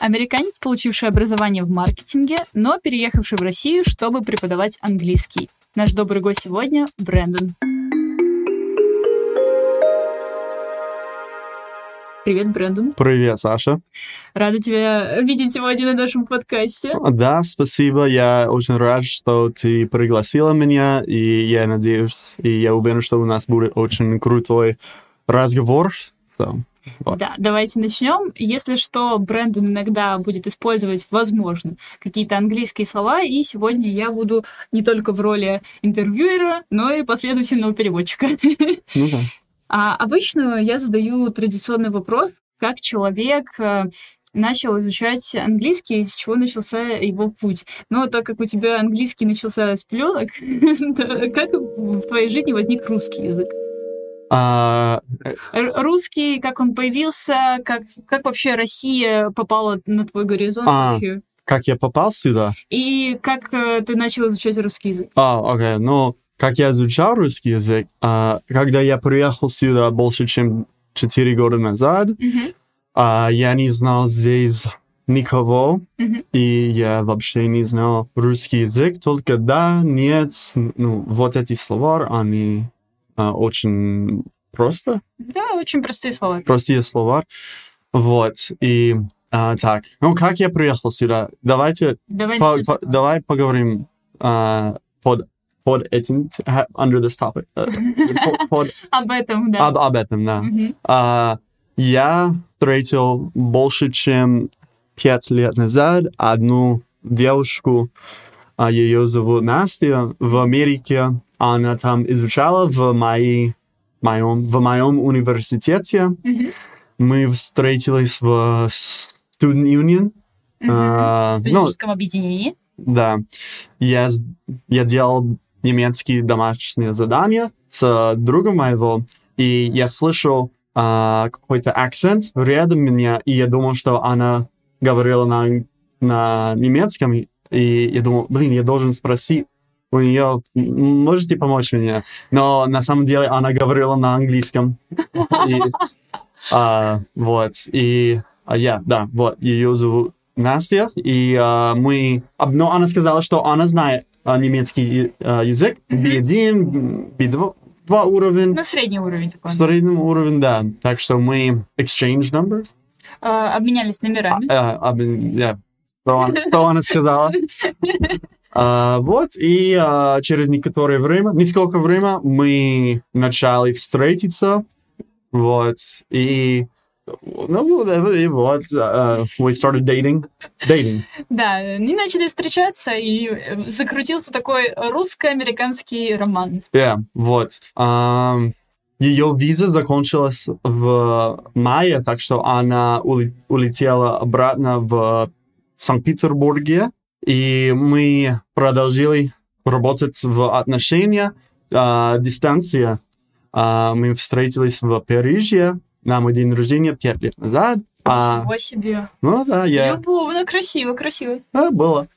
Американец, получивший образование в маркетинге, но переехавший в Россию, чтобы преподавать английский. Наш добрый гость сегодня — Брэндон. Привет, Брэндон. Привет, Саша. Рада тебя видеть сегодня на нашем подкасте. Да, спасибо. Я очень рад, что ты пригласила меня, и я надеюсь, и я уверен, что у нас будет очень крутой разговор. Вот. Да, давайте начнем. Если что, Брэндон иногда будет использовать, возможно, какие-то английские слова, и сегодня я буду не только в роли интервьюера, но и последовательного переводчика. Ну да. Обычно я задаю традиционный вопрос, как человек начал изучать английский, с чего начался его путь. Но так как у тебя английский начался с пеленок, как в твоей жизни возник русский язык? Русский, как он появился, как вообще Россия попала на твой горизонт? Как я попал сюда? И как ты начал изучать русский язык? Окей, ну... Как я изучал русский язык, когда я приехал сюда больше, чем 4 года назад, я не знал здесь никого, и я вообще не знал русский язык, только да, нет, вот эти слова, они очень просто. Да, очень простые слова. Простые слова. Вот, и так, как я приехал сюда? Давай поговорим под этим, under this topic. Об этом, да. Об этом, да. Я встретил больше, чем 5 лет назад одну девушку, ее зовут Настя, в Америке. Она там изучала в моем университете. Мы встретились в Student Union. В студенческом объединении. Да. Я делал немецкие домашние задания с другом моего, и я слышал какой-то акцент рядом меня, и я думал, что она говорила на немецком, и я думал, я должен спросить у нее, можете помочь мне? Но на самом деле она говорила на английском. Вот, ее зовут Настя, и но она сказала, что она знает немецкий язык, B1, B2 уровень. Ну, средний уровень такой. Средний уровень, да. Так что мы exchange numbers. Обменялись номерами. Что она сказала. Вот, и через несколько время мы начали встретиться, вот, и вот, we started dating. Да, они начали встречаться, и закрутился такой русско-американский роман. Вот. Ее виза закончилась в мае, так что она улетела обратно в Санкт-Петербурге, и мы продолжили работать в отношениях дистанции. Мы встретились в Париже на мой день рождения 5 лет назад. Ничего себе. Ну да, Любовно, красиво. Было.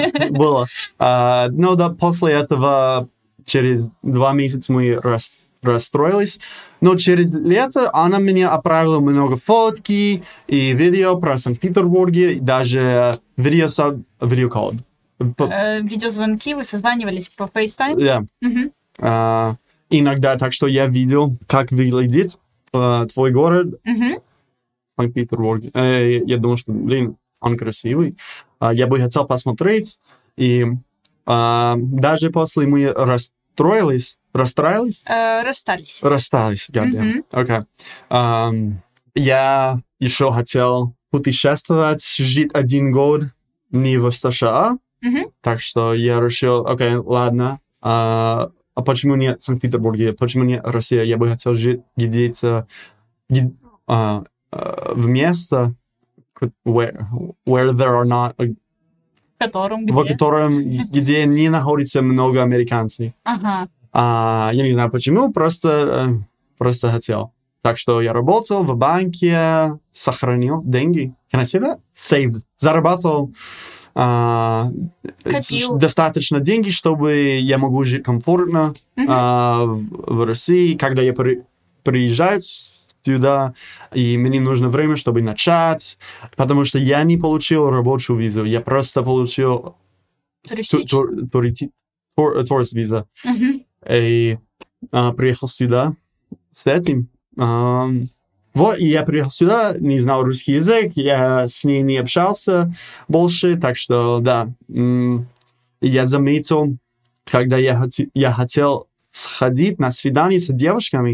Но да, после этого через 2 месяца мы расстроились. Но через лето она мне отправила много фотки и видео про Санкт-Петербург, даже видеокол. Видеозвонки, вы созванивались по FaceTime? Да. Иногда, так что я видел, как выглядит твой город, Санкт-Петербург. Я думал, что, он красивый. Я бы хотел посмотреть. И даже после мы расстались. Расстались, окей. Я еще хотел путешествовать, жить 1 год не в США. Так что я решил, окей, ладно. А почему не Санкт-Петербург? Почему не Россия? Я бы хотел жить где-то в место, where there are not... В котором, где не находится много американцев. Я не знаю почему, просто хотел. Так что я работал в банке, сохранил деньги. Can I say that? Saved. Зарабатывал достаточно деньги, чтобы я могу жить комфортно в России. Когда я приезжаю сюда, и мне нужно время, чтобы начать, потому что я не получил рабочую визу, я просто получил tourist виза. И приехал сюда с этим. Вот, и я приехал сюда, не знал русский язык, я с ней не общался больше, так что, да, я заметил, когда я хотел сходить на свидание с девушками,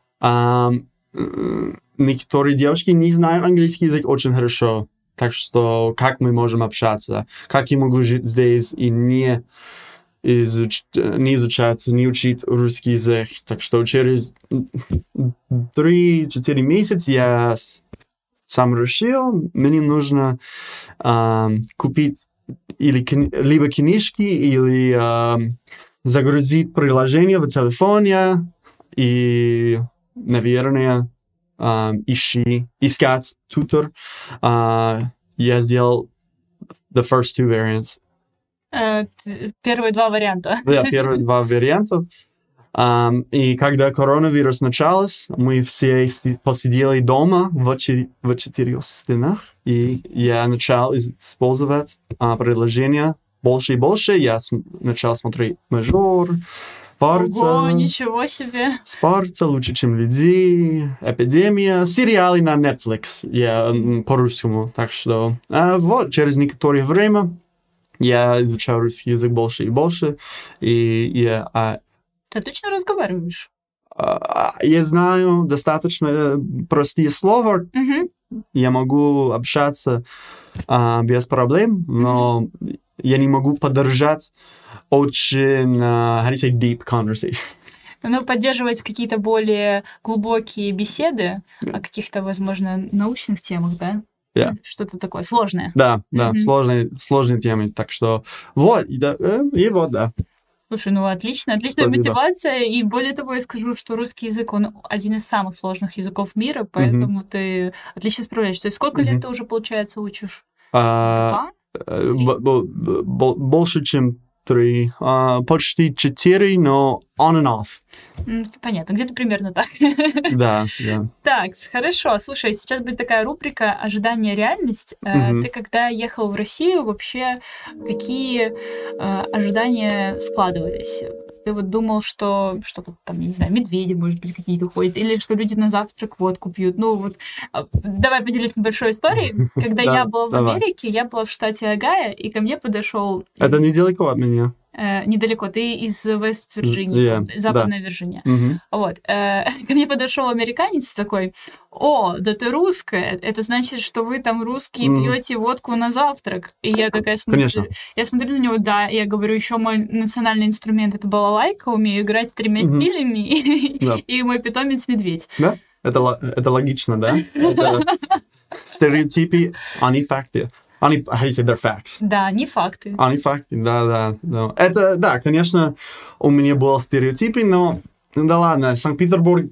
некоторые девушки не знают английский язык очень хорошо, так что как мы можем общаться, как я могу жить здесь и не изучать, не учить русский язык. Так что через 3-4 месяца я сам решил, мне нужно купить либо книжки, или загрузить приложение в телефоне и, наверное, искать тутор. Я сделал the first two variants. Первые два варианта. Да, первые два варианта. И когда коронавирус начался, мы все посидели дома в 4 стенах, и я начал использовать приложение больше и больше. Я начал смотреть «Мажор», «Спарта». Ого, ничего себе! «Спарта», «Лучше, чем люди», «Эпидемия», сериалы на Netflix, я по-русскому. Так что вот, через некоторое время я изучал русский язык больше и больше, и Ты точно разговариваешь? Я знаю достаточно простые слова, я могу общаться без проблем, но я не могу поддержать очень, how do you say, deep conversation. Но поддерживать какие-то более глубокие беседы о каких-то, возможно, научных темах, да? Yeah. Что-то такое сложное. Да, сложные темы. Так что вот, и вот, да. Слушай, ну отличная мотивация, и более того, я скажу, что русский язык, он один из самых сложных языков мира, поэтому ты отлично справляешься. То есть сколько лет ты уже, получается, учишь? 2? Больше, чем 3. Почти 4, но on and off. Понятно, где-то примерно так. Да. Так, хорошо. Слушай, сейчас будет такая рубрика «Ожидание, реальность». Ты когда ехал в Россию, вообще какие ожидания складывались? Ты вот думал, что что-то там, я не знаю, медведи, может быть, какие-то ходят, или что люди на завтрак водку пьют. Ну вот, давай поделюсь небольшой историей. Когда я была в Америке, я была в штате Огайо, и ко мне подошел... Это недалеко от меня. Недалеко. Ты из Вест-Вирджинии, Западная Вирджиния. Вот. Ко мне подошел американец такой: «О, да ты русская, это значит, что вы там русские пьете водку на завтрак». И я такая смотрю... Конечно. Я смотрю на него, да, я говорю, еще мой национальный инструмент — это балалайка, умею играть 3 стилями, и мой питомец — медведь. Да, это логично, да? Это стереотипы, они факты. How do you say they're facts? Да, они факты. Они факты, да. Это, да, конечно, у меня были стереотипы, но да ладно, Санкт-Петербург,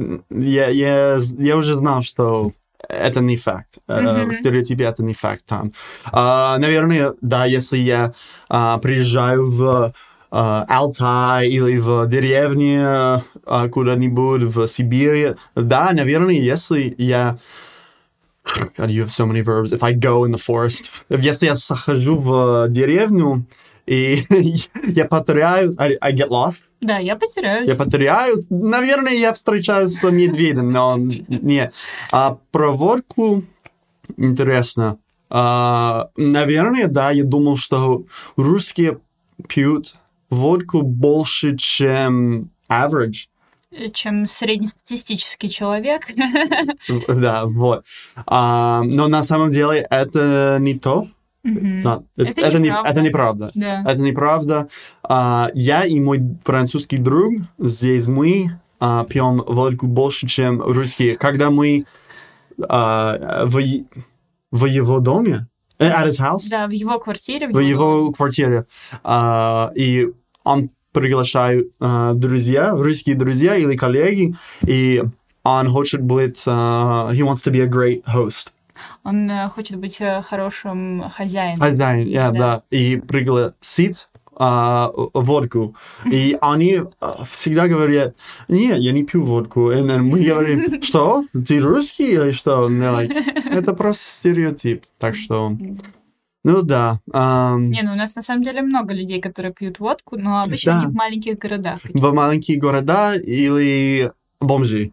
я уже знал, что это не факт. Стереотипы — это не факт там. Наверное, да, если я приезжаю в Алтай или в деревню куда-нибудь в Сибири, да, наверное, если я... God, you have so many verbs. If I go in the forest. Если я захожу в деревню, и я потеряюсь, I get lost. Да, я потеряюсь. Я потеряюсь. Наверное, я встречаюсь с медведем, но нет. Про водку интересно. Наверное, да, я думал, что русские пьют водку больше, чем average. Чем среднестатистический человек. Да, вот. Но на самом деле это не то. Это неправда. Да. Это неправда. Я и мой французский друг, здесь мы пьем водку больше, чем русские. Когда мы в его доме, at his house. Да, в его квартире. В его квартире. И он приглашаю друзья, русские друзья или коллеги, и он хочет быть, he wants to be a great host. Он хочет быть хорошим хозяином. Хозяин, да. И пригласить водку. И они всегда говорят, нет, я не пью водку. И мы говорим, что? Ты русский или что? Это просто стереотип. Так что, ну да. Не, ну у нас на самом деле много людей, которые пьют водку, но обычно они в маленьких городах. В маленькие города или бомжи.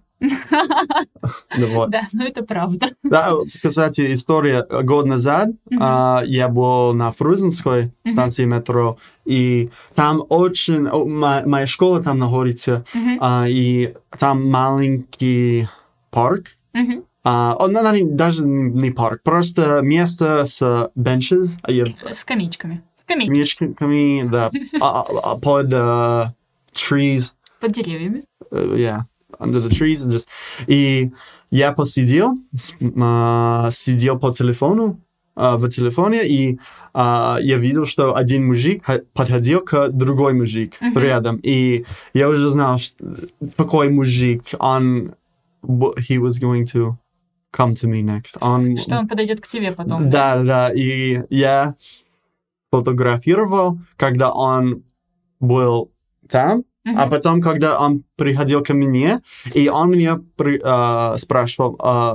Да, ну это правда. Да, кстати, история. Год назад я был на Фрунзенской станции метро, и там очень... Моя школа там находится, и там маленький парк. Даже не парк, просто место с benches. Скамеечками. Скамеечками, да. Под trees. Под деревьями. Yeah. Under the trees. И я посидел, сидел по телефону, в телефоне, и я видел, что один мужик подходил к другой мужик рядом. И я уже знал, что какой мужик, he was going to come to me next. Что он подойдет к тебе потом. Да. И я фотографировал, когда он был там. А потом, когда он приходил ко мне, и он меня спрашивал,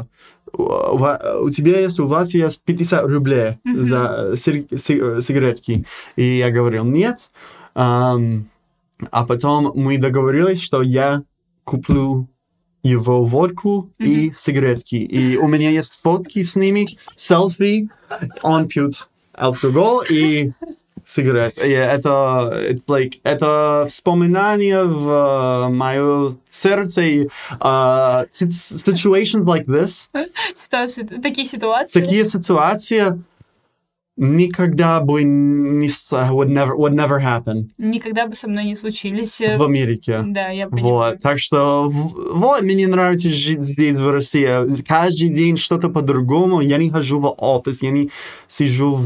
у вас есть 50 рублей за сигаретки? И я говорил, нет. А потом мы договорились, что я куплю его водку и сигаретки. И у меня есть фотки с ними, селфи, он пьет алкоголь и сигарет. И это вспоминание в мое сердце. Situations like this. Такие ситуации никогда бы would never happen. Никогда бы со мной не случились. В Америке. Да, я понимаю. Так что мне нравится жить здесь, в России. Каждый день что-то по-другому. Я не хожу в офис, я не сижу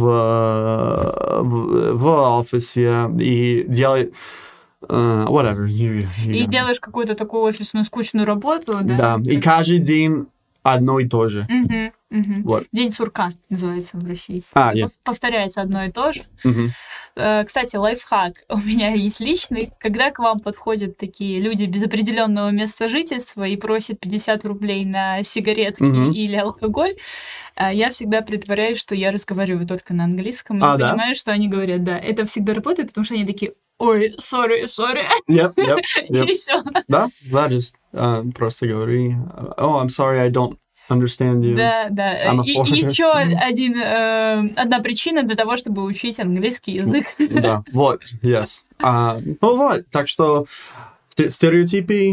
в офисе и делаю whatever. И делаешь какую-то такую офисную скучную работу, да? Да, и каждый день одно и то же. Вот. День сурка называется в России. Повторяется одно и то же. Кстати, лайфхак у меня есть личный. Когда к вам подходят такие люди без определенного места жительства и просят 50 рублей на сигаретки или алкоголь, я всегда притворяюсь, что я разговариваю только на английском. И понимаю, что они говорят, да, это всегда работает, потому что они такие, ой, sorry. Yep. И все. Да, just просто говори, oh, I'm sorry, I don't understand you. Да. И еще одна причина для того, чтобы учить английский язык. Да, вот, yes. Так что стереотипы,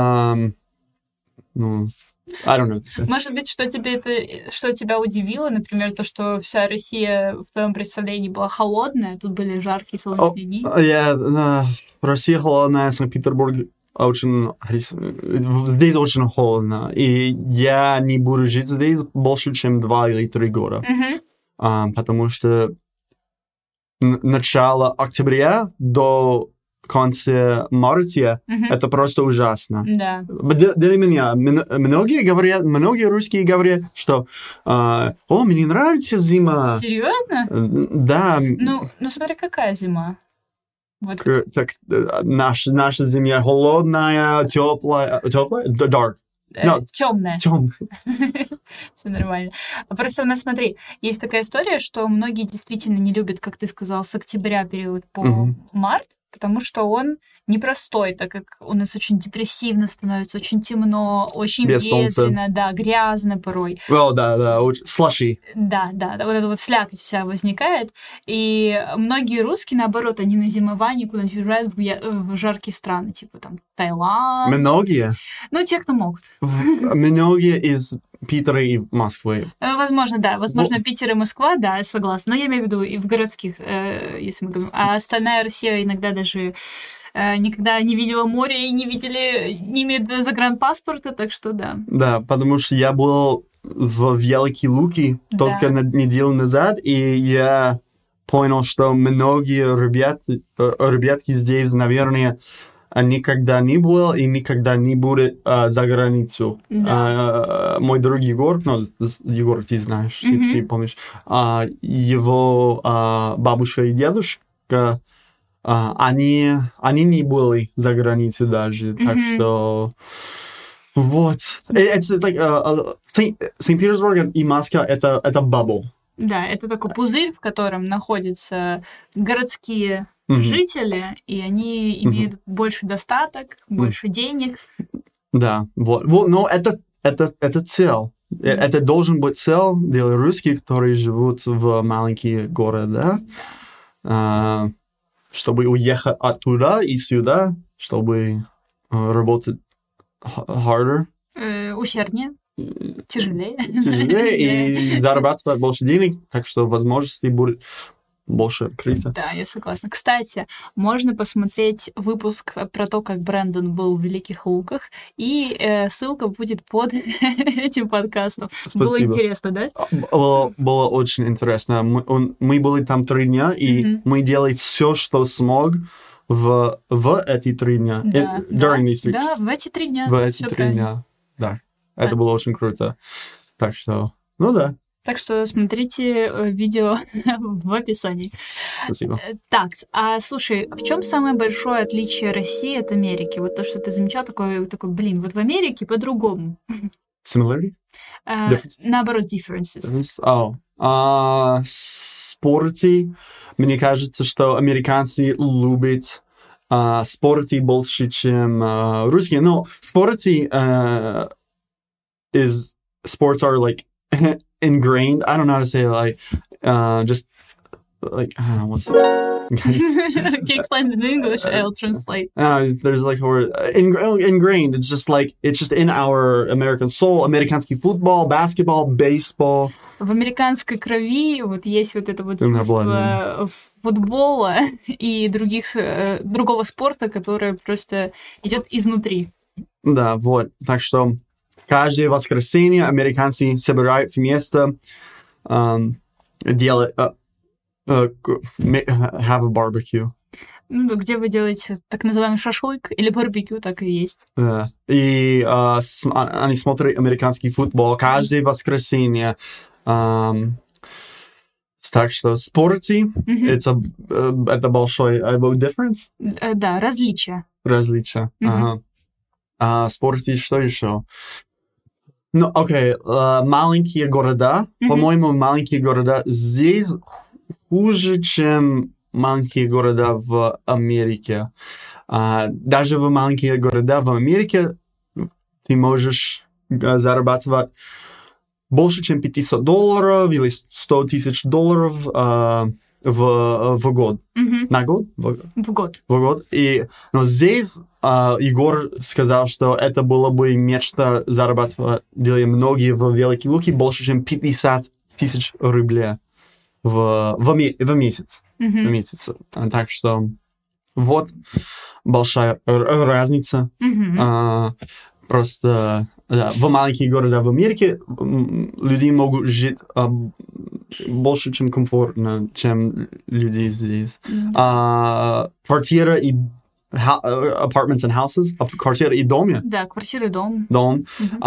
I don't know. Может быть, что тебя удивило, например, то, что вся Россия в твоем представлении была холодная, тут были жаркие солнечные дни? Россия холодная, Санкт-Петербург здесь очень холодно, и я не буду жить здесь больше, чем 2 или 3 года. Потому что начало октября до конца марта это просто ужасно. Да. Для меня многие русские говорят, что мне нравится зима. Серьезно? Да. Ну смотри, какая зима? Вот. Так, наша зима холодная, теплая, dark. Темная. Все нормально. Просто у нас, смотри, есть такая история, что многие действительно не любят, как ты сказал, с октября период по март, потому что он непростой, так как у нас очень депрессивно становится, очень темно, очень ветрено, да, грязно порой. Да, slushy. Да, вот эта вот слякоть вся возникает, и многие русские, наоборот, они на зимование куда-нибудь уезжают в жаркие страны, типа там Таиланд. Многие? Ну, те, кто могут. Многие из Питера и Москвы. Возможно, да. Возможно, Питер и Москва, да, согласна. Но я имею в виду и в городских, если мы говорим. А остальная Россия иногда даже никогда не видела море и не имеет загранпаспорта, так что да. Да, потому что я был в Великие Луки только неделю назад, и я понял, что многие ребятки здесь, наверное, никогда не был и никогда не будет за границу. Да. Мой друг Егор, Егор, ты знаешь, ты помнишь, его бабушка и дедушка они не были за границей даже, так что вот. Это Санкт-Петербург и Москва это bubble. Да, это такой пузырь, в котором находятся городские жители, и они имеют больше достаток, больше денег. Да, вот. Но это цель. Это должен быть цель для русских, которые живут в маленьких городах, чтобы уехать оттуда и сюда, чтобы работать harder. Усерднее. Тяжелее. И зарабатывать больше денег, так что возможностей будет больше открыто. Да, я согласна. Кстати, можно посмотреть выпуск про то, как Брэндон был в Великих Луках, и ссылка будет под этим подкастом. Спасибо. Было интересно, да? Было очень интересно. Мы были там 3 дня, и мы делали все, что смог в эти 3 дня. Да, During these 3 да, в эти 3 дня. В эти 3 дня, да. Это было очень круто. Так что, ну да. Так что смотрите видео в описании. Спасибо. Так, а слушай, в чем самое большое отличие России от Америки? Вот то, что ты замечал, такой, блин, вот в Америке по-другому. Similarity? Наоборот, differences. Спорты. Мне кажется, что американцы любят спорты больше, чем русские. Но спорты sports are like ingrained. I don't know how to say it, like just like I don't know what's Can you explain it in English? I'll translate. There's like a word ingrained. It's just in our American soul. Американский футбол, basketball, baseball. В американской крови вот есть вот это вот чувство футбола и другого спорта, которое просто идет изнутри. Да, вот. Так что каждое воскресенье американцы собирают вместе, делают have a barbecue. Ну, где вы делаете так называемый шашлык или барбекю, так и есть. И они смотрят американский футбол каждое воскресенье. Так что спорты это большой difference? Да, различия. Ага. Спорты что еще? Ну, окей, маленькие города. По-моему, маленькие города здесь хуже, чем маленькие города в Америке. Даже в маленькие города в Америке ты можешь зарабатывать больше, чем $500 или $100,000 в год. На год? В год. В год. Но здесь Егор сказал, что это было бы мечта зарабатывать для многих в Великие Луки больше, чем $50,000 в месяц. В месяц. Так что вот большая разница. Просто в маленьких городах в Америке люди могут жить больше, чем комфортно, чем люди здесь. Квартира и apartments and houses, квартира и дом. Да, квартира и дом. How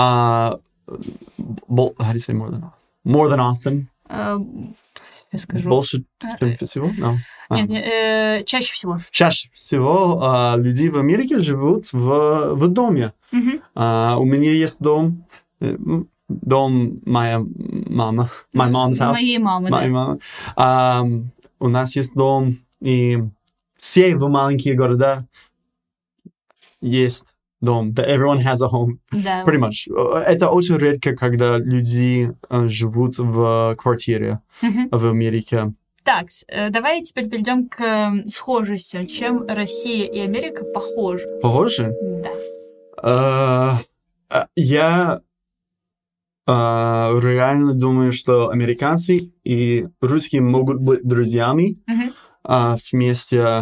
do you say more than often? More than often? Я скажу. Больше, чем всего? No. Нет, чаще всего. Чаще всего люди в Америке живут в доме. У меня есть дом. Дом моя мама. My mom's house. Моей мамы, Моей мамы. У нас есть дом, и все в маленькие города есть дом. Everyone has a home. Да. Pretty much. Это очень редко, когда люди живут в квартире в Америке. Так, давай теперь перейдем к схожести. Чем Россия и Америка похожи? Похожи? Да. Я реально думаю, что американцы и русские могут быть друзьями. Вместе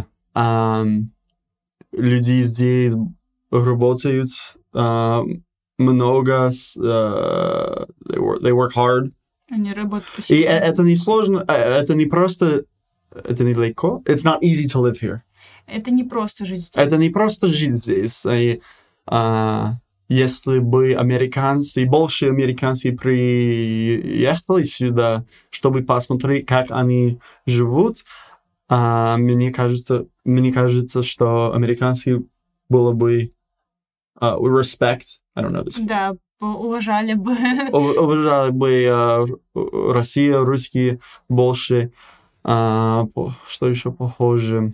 люди здесь работают много. They work hard. Они работают И усиленно. это не сложно, это не просто, это не легко. It's not easy to live here. Это не просто жить здесь. Это не просто жить здесь. И, если бы больше американцы приехали сюда, чтобы посмотреть, как они живут, Мне кажется, что американский было бы respect. I don't know this. Да, уважали бы. Уважали бы Россия, русские больше. Что еще похоже?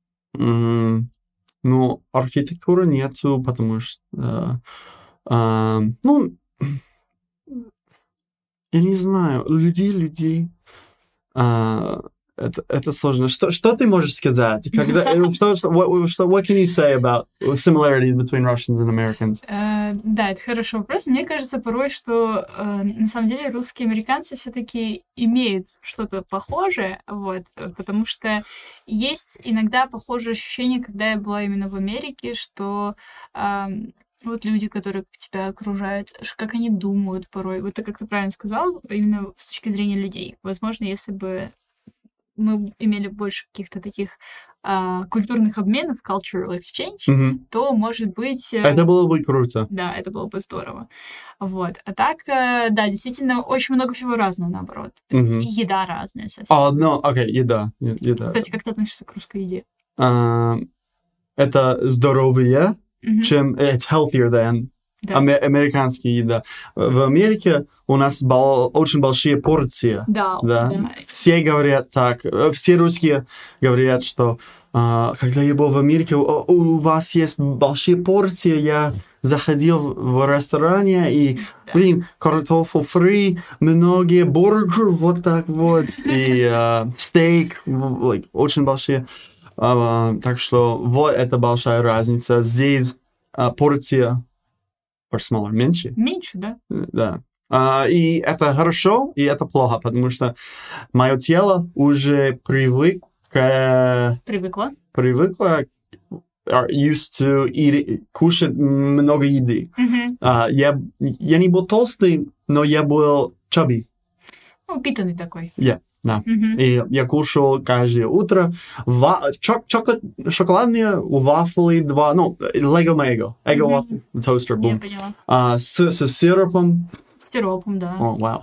Ну, архитектуры нету, потому что... ну, я не знаю, людей. Это сложно. Что ты можешь сказать? What can you say about similarities between Russians and Americans? Да, это хороший вопрос. Мне кажется порой, что на самом деле русские и американцы все-таки имеют что-то похожее, вот, потому что есть иногда похожие ощущения, когда я была именно в Америке, что вот люди, которые тебя окружают, как они думают порой. Вот ты как ты правильно сказал, именно с точки зрения людей. Возможно, если бы мы имели больше каких-то таких культурных обменов, cultural exchange, то, может быть... Это было бы круто. Да, это было бы здорово. Вот. А так, да, действительно, очень много всего разного, наоборот. То есть и еда разная совсем. Окей, еда. Кстати, как ты относишься к русской еде? Это здоровее, чем it's healthier than американская еда. В Америке у нас очень большие порции. Да. Все говорят так. Все русские говорят, что когда я был в Америке, у вас есть большие порции. Я заходил в ресторане, и, картофель фри, многие бургеры, вот так вот, и стейк, очень большие. Так что вот это большая разница. Здесь порция smaller, меньше. Меньше, да? Да. И это хорошо, и это плохо, потому что мое тело уже привыкло used to eat, кушать много еды. Я не был толстый, но я был chubby. Упитанный такой. Да. И я кушал каждое утро шоколадные вафли, Lego waffle, toaster, boom. Я поняла. С сиропом. С сиропом, да. Oh, wow.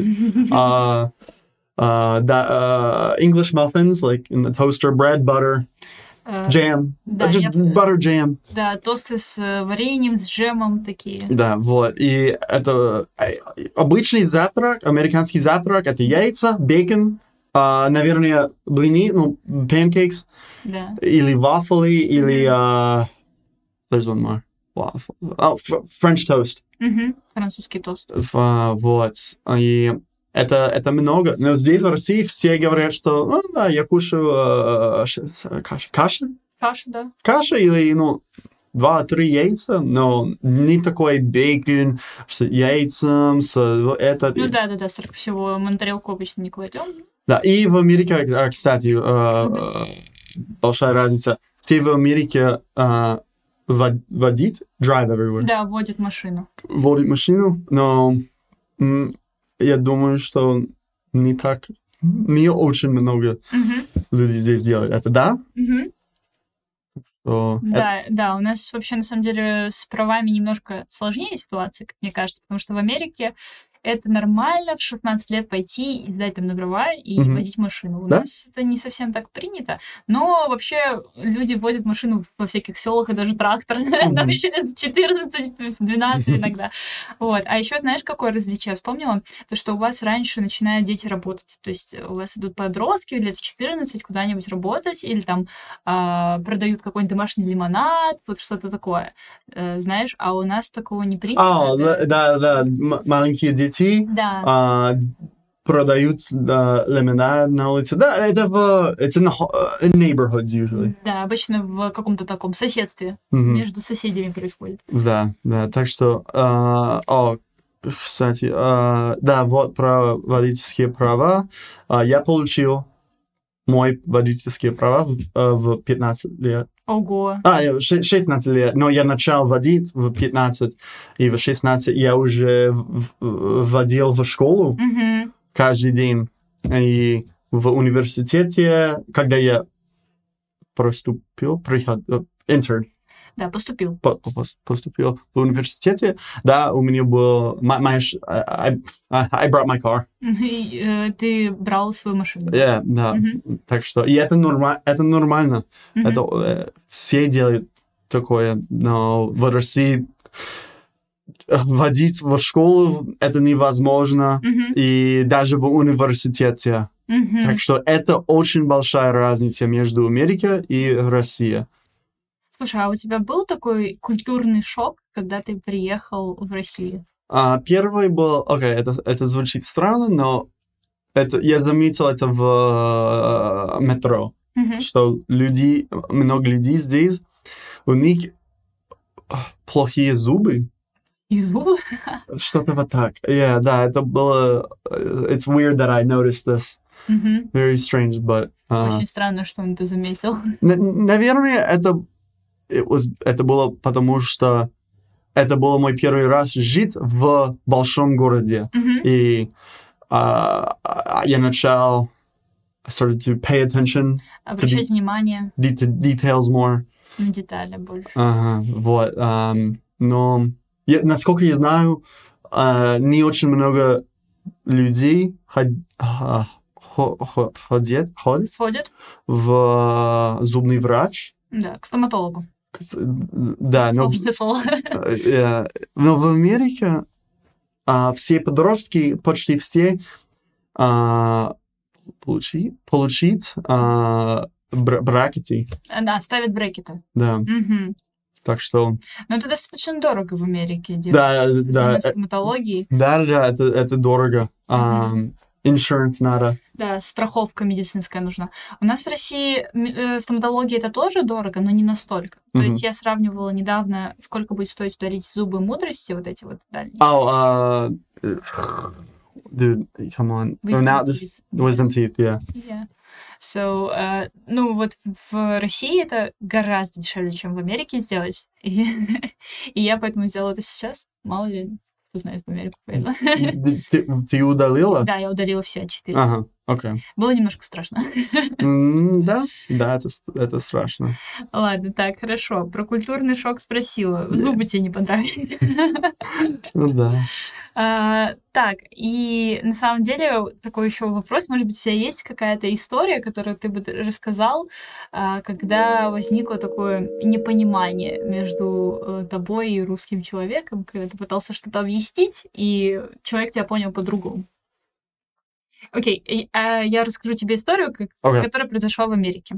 English muffins, like in the toaster, bread, butter, jam. Just butter jam. Да, тосты с вареньем, с джемом такие. Да, вот. И это обычный завтрак, американский завтрак, это яйца, бейкон, наверное, блины, pancakes, или вафли, или there's one more. Waffle. French toast. Французский тост. Вот. И это много. Но здесь, в России, все говорят, что я кушаю кашу. Каша, да. Каша или, 2-3 яйца, но не такой бейкон, что яйцам, это... Да, столько всего мы на тарелку обычно не кладем. Да, и в Америке, кстати, большая разница. Все в Америке водит, drive everywhere. Да, водит машину. Водит машину, но я думаю, что не очень много людей здесь делают. Это да? Да, у нас вообще, на самом деле, с правами немножко сложнее ситуация, как мне кажется, потому что в Америке это нормально в 16 лет пойти и сдать там на права и водить машину. У нас это не совсем так принято, но вообще люди водят машину во всяких селах и даже трактор. Там еще лет 14-12 иногда. Вот. А еще знаешь, какое различие? Я вспомнила, то, что у вас раньше начинают дети работать. То есть у вас идут подростки лет в 14 куда-нибудь работать или там продают какой-нибудь домашний лимонад, вот что-то такое. Знаешь, а у нас такого не принято. Да, маленькие дети продают лимонад на улице. Да, это it's in the neighborhood usually. Да, обычно в каком-то таком соседстве между соседями происходит. Да, так что, кстати, да, вот про водительские права. Я получил мои водительские права в 15 лет. Ого. 16 лет, но я начал водить в 15, и в 16 я уже водил в школу каждый день. И в университете, когда я поступил, entered. Да, поступил. Поступил в университете. Да, у меня был... I brought my car. И, ты брал свою машину. Да. Так что... И это нормально. Это все делают такое. Но в России водить в школу это невозможно. И даже в университете. Так что это очень большая разница между Америкой и Россией. Слушай, а у тебя был такой культурный шок, когда ты приехал в Россию? Первый был... Окей, это звучит странно, но я заметил это в метро, что много людей здесь, у них плохие зубы. И зубы? Что-то вот так. Да, это было... It's weird that I noticed this. Very strange, but... Очень странно, что он это заметил. Наверное, это было потому, что это был мой первый раз жить в большом городе. И я начал started to pay attention. Обращать внимание. Details more. На детали больше. Вот. Но, насколько я знаю, не очень много людей ходят в зубный врач. Да, к стоматологу. Да, но в Америке все подростки, почти все, получить брекеты. Да, ставят брекеты. Да. Так что... Но это достаточно дорого в Америке делать. Да. Стоматологии. Да, это дорого. Insurance надо. Да, страховка медицинская нужна. У нас в России стоматология это тоже дорого, но не настолько. То есть я сравнивала недавно, сколько будет стоить удалить зубы мудрости, вот эти вот дальние. Dude, come on. Wisdom teeth, yeah. So, вот в России это гораздо дешевле, чем в Америке сделать. И я поэтому сделала это сейчас. Мало ли, кто знает, в Америку поеду. Ты удалила? Да, я удалила все 4. Ага, окей. Было немножко страшно. Да, это страшно. Ладно, так, хорошо. Про культурный шок спросила. Зубы тебе не понравились? Ну да. Так, и на самом деле такой еще вопрос. Может быть, у тебя есть какая-то история, которую ты бы рассказал, когда возникло такое непонимание между тобой и русским человеком, когда ты пытался что-то объяснить, и человек тебя понял по-другому? Окей, я расскажу тебе историю, которая произошла в Америке.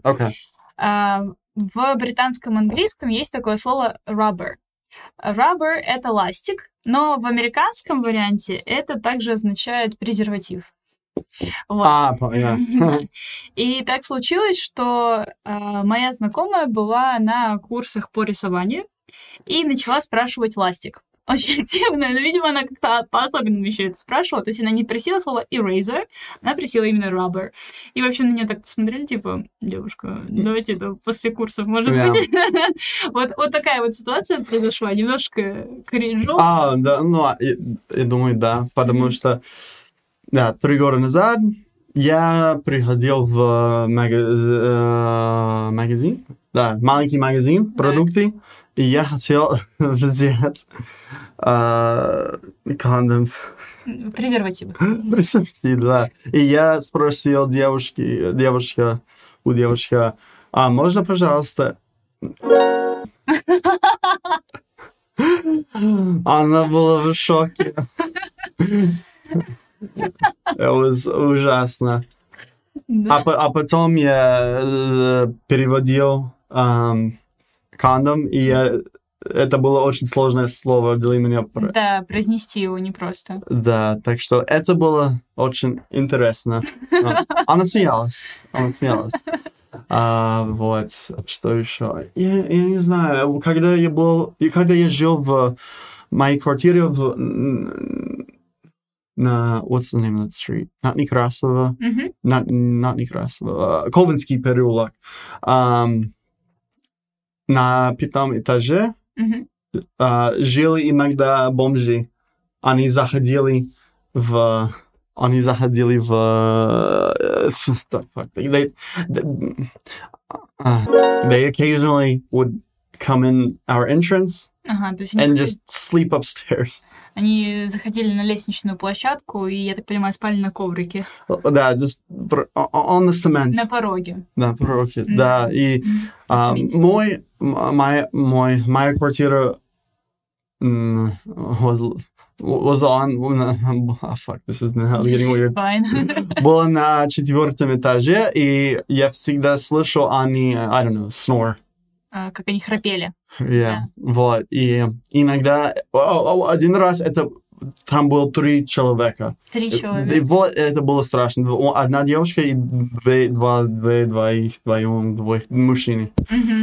В британском английском есть такое слово rubber. Rubber — это ластик, но в американском варианте это также означает презерватив. Вот. И так случилось, что моя знакомая была на курсах по рисованию и начала спрашивать ластик. Очень активная, но, видимо, она как-то по-особенному еще это спрашивала. То есть она не просила слово eraser, она просила именно rubber. И, в общем, на нее так посмотрели, типа, девушка, давайте это после курсов, может быть. Вот такая вот ситуация произошла, немножко кринжово. Да, я думаю, да, потому что, 3 года назад я приходил в магазин, маленький магазин, продукты, и я хотел взять condoms. Презервативы. Презервативы, да. И я спросил у девушки, можно, пожалуйста? Она была в шоке. Это ужасно. А потом я переводил кондом, и это было очень сложное слово для меня. Да, произнести его непросто. Да, так что это было очень интересно. Она смеялась. Вот, что еще? Я не знаю, когда я жил в моей квартире на what's the name of that street? Not Некрасова. Not Некрасова. Ковенский переулок. На 5 этаже жили иногда бомжи. Они заходили в... They occasionally would come in our entrance Ага, то есть and just sleep upstairs. они заходили на лестничную площадку и, я так понимаю, спали на коврике. Да, just on the cement. На пороге. На пороге, да. И Заметила. моя квартира was on... fuck, this is now getting weird. Fine. Была на 4-м этаже, и я всегда слышал они, I don't know, snore. Как они храпели. Yeah, вот. И иногда... один раз там было 3 человека. 3 человека. И вот это было страшно. Одна девушка и двое мужчины.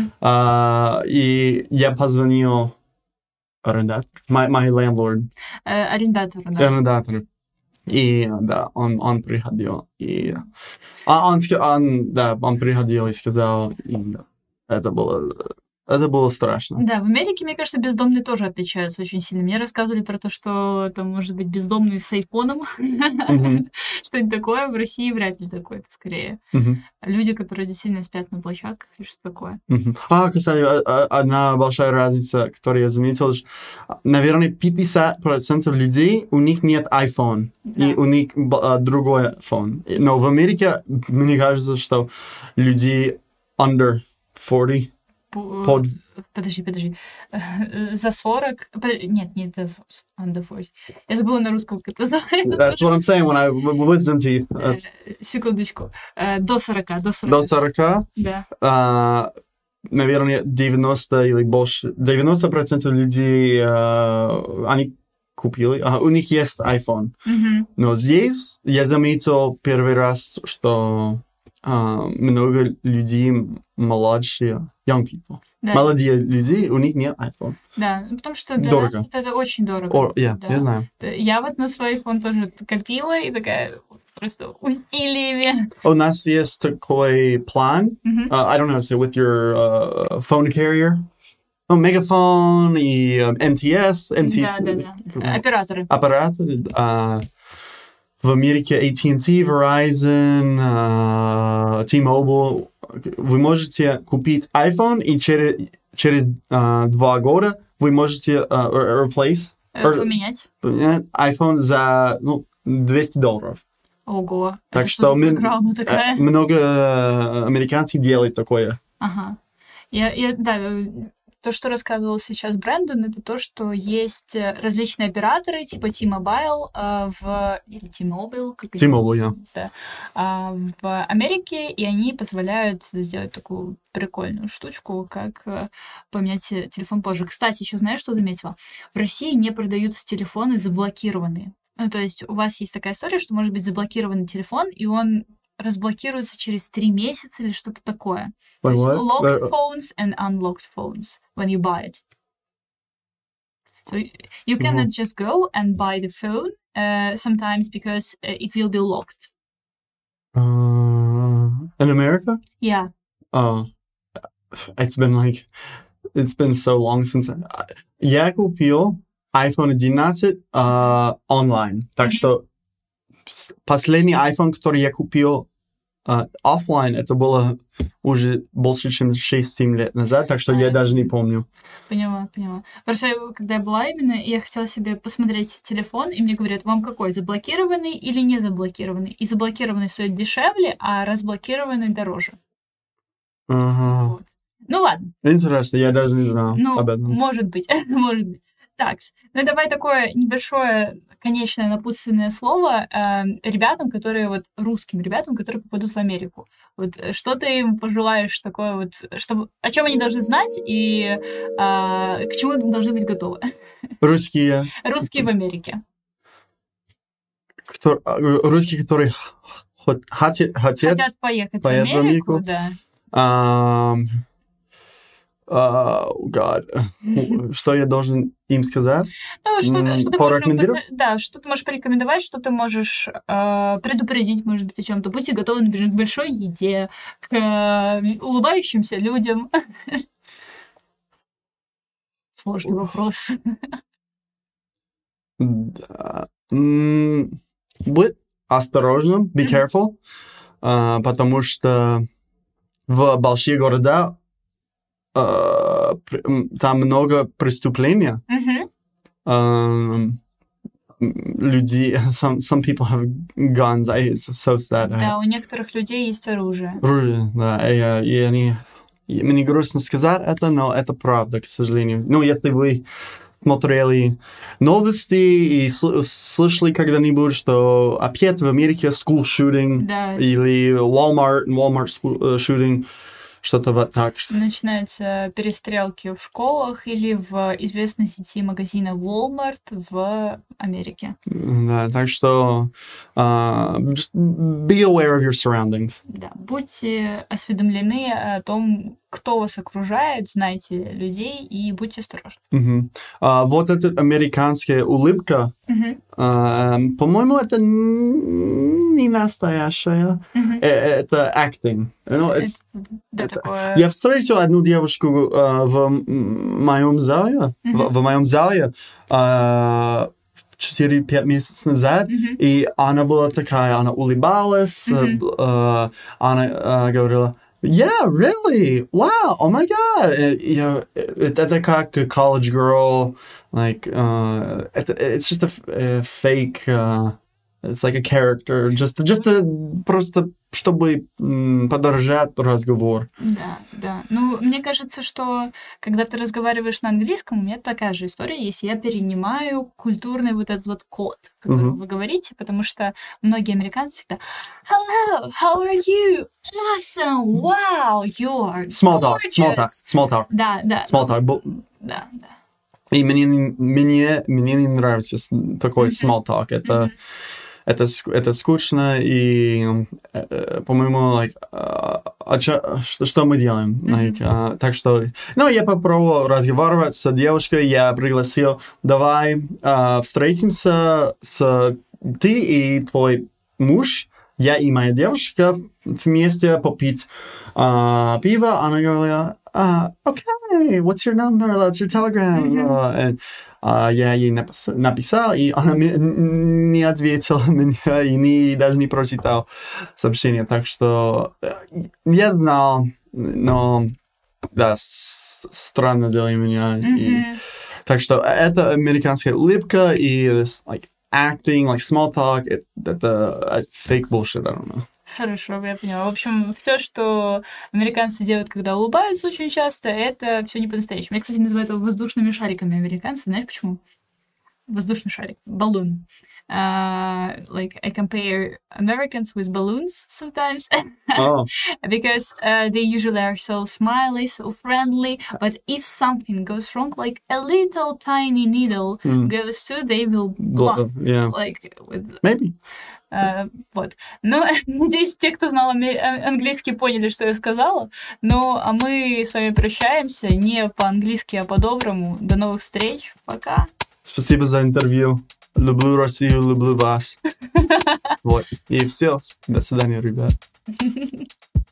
И я позвонил арендатору, my landlord. Арендатору, да. Арендатору. И да, он приходил. И он приходил и сказал, и, да, это было страшно. Да, в Америке, мне кажется, бездомные тоже отличаются очень сильно. Мне рассказывали про то, что там может быть бездомный с айфоном. Что-нибудь такое. В России вряд ли такое, это скорее. Люди, которые действительно спят на площадках или что такое. Кстати, одна большая разница, которую я заметил, наверное, 50% людей, у них нет iPhone, и у них другой iPhone. Но в Америке, мне кажется, что люди under 40, Подожди. За 40... Нет, не under 40. Я забыла на русском, как это называется. That's what I'm saying when I wisdom teeth. Секундочку. До 40. До 40? Да. Наверное, 90 или больше. 90% людей, они купили. У них есть iPhone. Но здесь я заметил первый раз, что много людей младше, young people. Да. Молодые люди, у них нет iPhone. Да, потому что для нас это очень дорого. Я знаю. Я вот на свой iPhone тоже копила и такая просто усилиями. У нас есть такой план, I don't know, say with your phone carrier. Мегафон и МТС. Да. Операторы. В Америке AT&T, Verizon, T-Mobile. Вы можете купить iPhone, и через 2 года вы можете поменять iPhone за $200. Ого. Так что много американцев делают такое. Ага. То, что рассказывал сейчас Брэндон, это то, что есть различные операторы, типа T-Mobile или T-Mobile. T-Mobile, да. В Америке, и они позволяют сделать такую прикольную штучку, как поменять телефон позже. Кстати, еще знаешь, что заметила? В России не продаются телефоны заблокированные. Ну, то есть у вас есть такая история, что может быть заблокированный телефон, и он разблокируется через 3 месяца или что-то такое. То есть locked phones and unlocked phones when you buy it. So you cannot just go and buy the phone sometimes because it will be locked. In America? Yeah. It's been so long since я купил iPhone 11 онлайн. Так что последний iPhone, который я купил офлайн, это было уже больше, чем 6-7 лет назад, так что я даже не помню. Поняла. Просто когда я была именно, я хотела себе посмотреть телефон, и мне говорят, вам какой, заблокированный или не заблокированный? И заблокированный стоит дешевле, а разблокированный дороже. Ага. Вот. Ну ладно. Интересно, я даже не знал об этом. Может быть. Так, давай такое небольшое конечное напутственное слово ребятам, русским ребятам, которые попадут в Америку. Вот что ты им пожелаешь такое вот, о чем они должны знать и к чему должны быть готовы? Русские в Америке. Русские, которые хотят поехать в Америку, да. Что я должен им сказать? Что ты можешь порекомендовать, что ты можешь предупредить, может быть, о чем-то. Будьте готовы, например, к большой еде, к улыбающимся людям. Сложный вопрос. Будь осторожным, be careful, потому что в большие города там много преступления. Люди, some people have guns. It's so sad. Да, у некоторых людей есть оружие. Оружие, да. И они... Мне грустно сказать это, но это правда, к сожалению. Ну, если вы смотрели новости и слышали когда-нибудь, что опять в Америке school shooting, Да. или Walmart school shooting, что-то вот так. Начинаются перестрелки в школах или в известной сети магазина Walmart в Америке. Да, так что just be aware of your surroundings. Да, будьте осведомлены о том, кто вас окружает, знайте людей и будьте осторожны. Вот эта американская улыбка, по-моему, это не настоящая, это acting. Я встретил одну девушку в моем зале, в моем зале 4-5 месяцев назад, и она была такая, она улыбалась, она говорила: Yeah, really? Wow, oh my god. Это как college girl, like, it's just a fake, it's like a character, just просто чтобы поддержать разговор. Да, да. Ну, мне кажется, что когда ты разговариваешь на английском, у меня такая же история есть. Я перенимаю культурный вот этот вот код, который вы говорите, потому что многие американцы всегда Hello, how are you? Awesome, wow, you're Small talk. Да, да. Small talk. Да, да. И мне не нравится такой small talk. Это скучно, и, по-моему, что мы делаем? Так что, я попробовал разговаривать с девушкой, я пригласил, давай встретимся ты и твой муж, я и моя девушка вместе попить пиво. Она говорила: okay, what's your number? What's your telegram? Я ей написал, и она не ответила меня, и даже не прочитал сообщение. Так что я знал, но да, странно для меня. Так что это американская улыбка, и acting, small talk, это fake bullshit, I don't know. Хорошо, я поняла. В общем, все, что американцы делают, когда улыбаются очень часто, это все не по-настоящему. Я, кстати, называю это воздушными шариками американцев. Знаешь почему? Воздушный шарик. Balloon. I compare Americans with balloons sometimes. Because they usually are so smiley, so friendly. But if something goes wrong, like a little tiny needle goes to, they will blast. Maybe. Вот. Но, надеюсь, те, кто знал английский, поняли, что я сказала. Ну, а мы с вами прощаемся не по-английски, а по-доброму. До новых встреч. Пока. Спасибо за интервью. Люблю Россию, люблю вас. Вот. И все. До свидания, ребят.